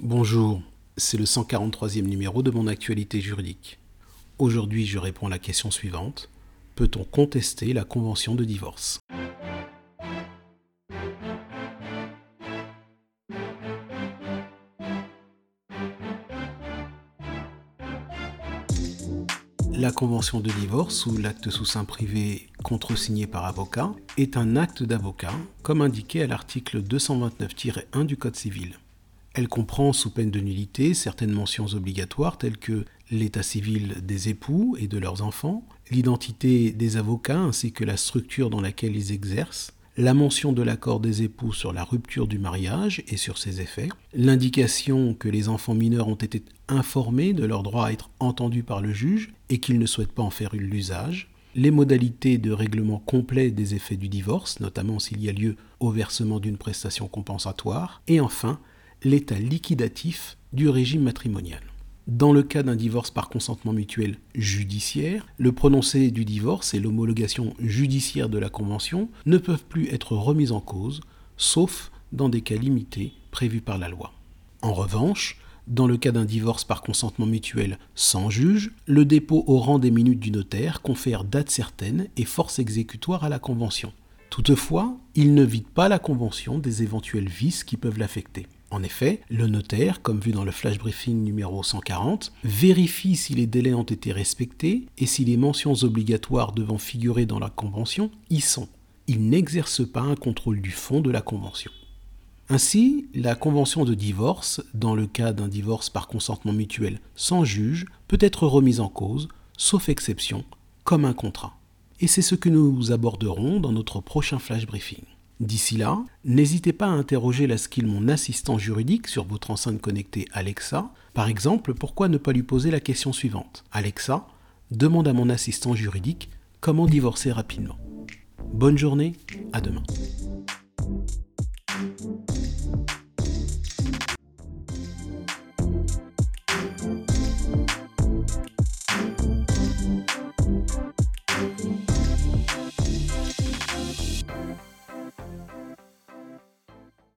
Bonjour, c'est le 143e numéro de mon actualité juridique. Aujourd'hui, je réponds à la question suivante. Peut-on contester la convention de divorce ? La convention de divorce, ou l'acte sous seing privé contresigné par avocat, est un acte d'avocat, comme indiqué à l'article 229-1 du Code civil. Elle comprend, sous peine de nullité, certaines mentions obligatoires telles que l'état civil des époux et de leurs enfants, l'identité des avocats ainsi que la structure dans laquelle ils exercent, la mention de l'accord des époux sur la rupture du mariage et sur ses effets, l'indication que les enfants mineurs ont été informés de leur droit à être entendus par le juge et qu'ils ne souhaitent pas en faire l'usage, les modalités de règlement complet des effets du divorce, notamment s'il y a lieu au versement d'une prestation compensatoire, et enfin, l'état liquidatif du régime matrimonial. Dans le cas d'un divorce par consentement mutuel judiciaire, le prononcé du divorce et l'homologation judiciaire de la convention ne peuvent plus être remis en cause, sauf dans des cas limités prévus par la loi. En revanche, dans le cas d'un divorce par consentement mutuel sans juge, le dépôt au rang des minutes du notaire confère date certaine et force exécutoire à la convention. Toutefois, il ne vide pas la convention des éventuels vices qui peuvent l'affecter. En effet, le notaire, comme vu dans le flash briefing numéro 140, vérifie si les délais ont été respectés et si les mentions obligatoires devant figurer dans la convention y sont. Il n'exerce pas un contrôle du fond de la convention. Ainsi, la convention de divorce, dans le cas d'un divorce par consentement mutuel sans juge, peut être remise en cause, sauf exception, comme un contrat. Et c'est ce que nous aborderons dans notre prochain flash briefing. D'ici là, n'hésitez pas à interroger la skill Mon assistant juridique sur votre enceinte connectée Alexa. Par exemple, pourquoi ne pas lui poser la question suivante ? Alexa, demande à mon assistant juridique comment divorcer rapidement. Bonne journée, à demain.